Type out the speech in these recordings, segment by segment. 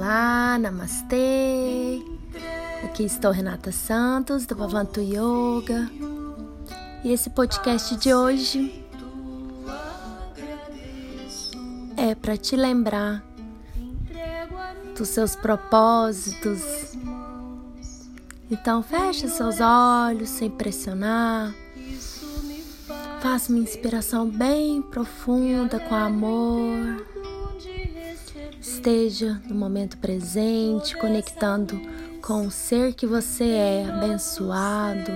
Olá, namastê! Aqui estou Renata Santos do Bhavantu Yoga e esse podcast de hoje é para te lembrar dos seus propósitos. Então fecha seus olhos sem pressionar. Faça uma inspiração bem profunda com amor. Esteja no momento presente, conectando com o ser que você é, abençoado.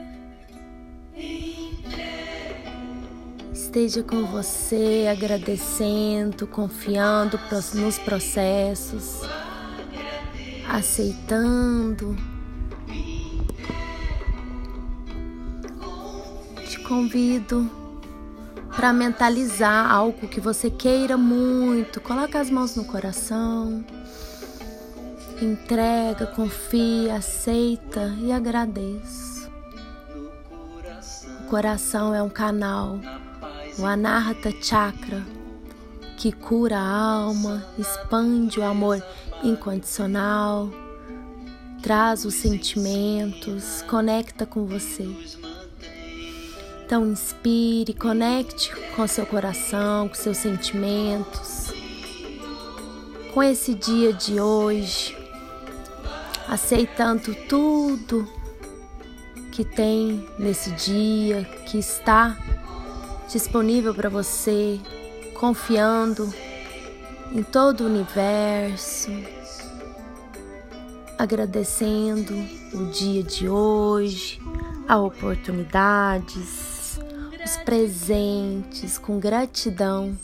Esteja com você, agradecendo, confiando nos processos, aceitando. Te convido para mentalizar algo que você queira muito. Coloca as mãos no coração. Entrega, confia, aceita e agradeça. O coração é um canal, o Anahata Chakra, que cura a alma, expande o amor incondicional, traz os sentimentos, conecta com você. Então inspire, conecte com seu coração, com seus sentimentos, com esse dia de hoje, aceitando tudo que tem nesse dia, que está disponível para você, confiando em todo o universo, agradecendo o dia de hoje, as oportunidades, os presentes, com gratidão.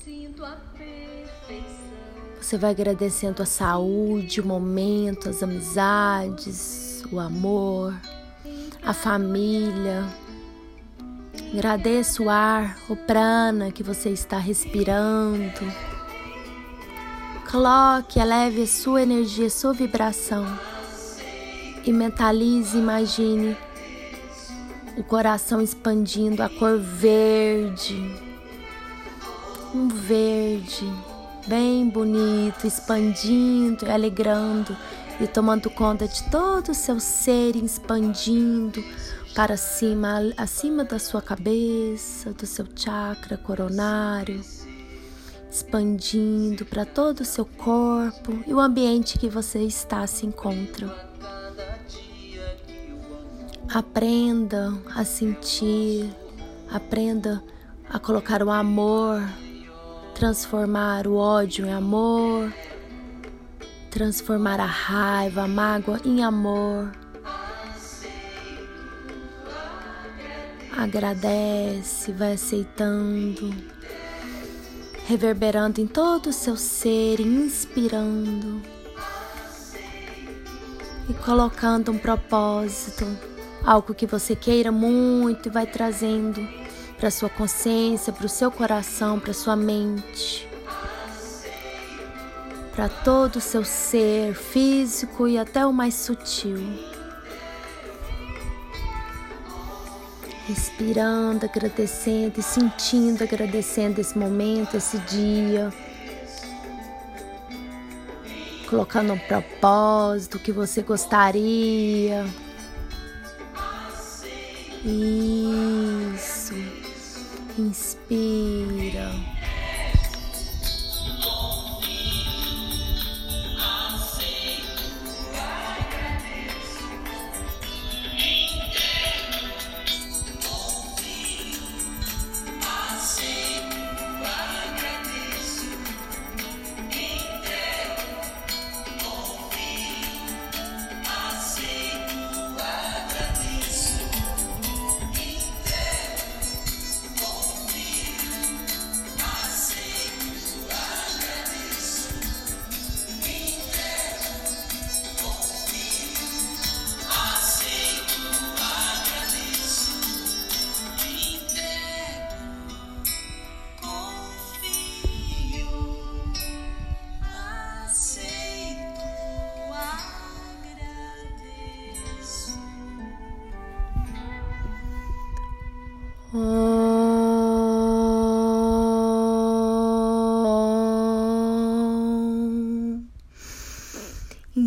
Você vai agradecendo a saúde, o momento, as amizades, o amor, a família. Agradeça o ar, o prana que você está respirando. Coloque, eleve a sua energia, a sua vibração. E mentalize, imagine o coração expandindo, a cor verde. Um verde bem bonito, expandindo, alegrando e tomando conta de todo o seu ser, expandindo para cima, acima da sua cabeça, do seu chakra coronário, expandindo para todo o seu corpo e o ambiente que você se encontra. Aprenda a sentir, aprenda a colocar o amor, transformar o ódio em amor, transformar a raiva, a mágoa em amor. Agradece, vai aceitando, reverberando em todo o seu ser, inspirando e colocando um propósito, algo que você queira muito e vai trazendo para sua consciência, para o seu coração, para sua mente, para todo o seu ser físico e até o mais sutil. Respirando, agradecendo e sentindo, agradecendo esse momento, esse dia. Colocando um propósito que você gostaria. Isso. Inspira.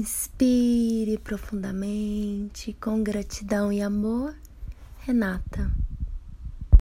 Inspire profundamente, com gratidão e amor, Renata.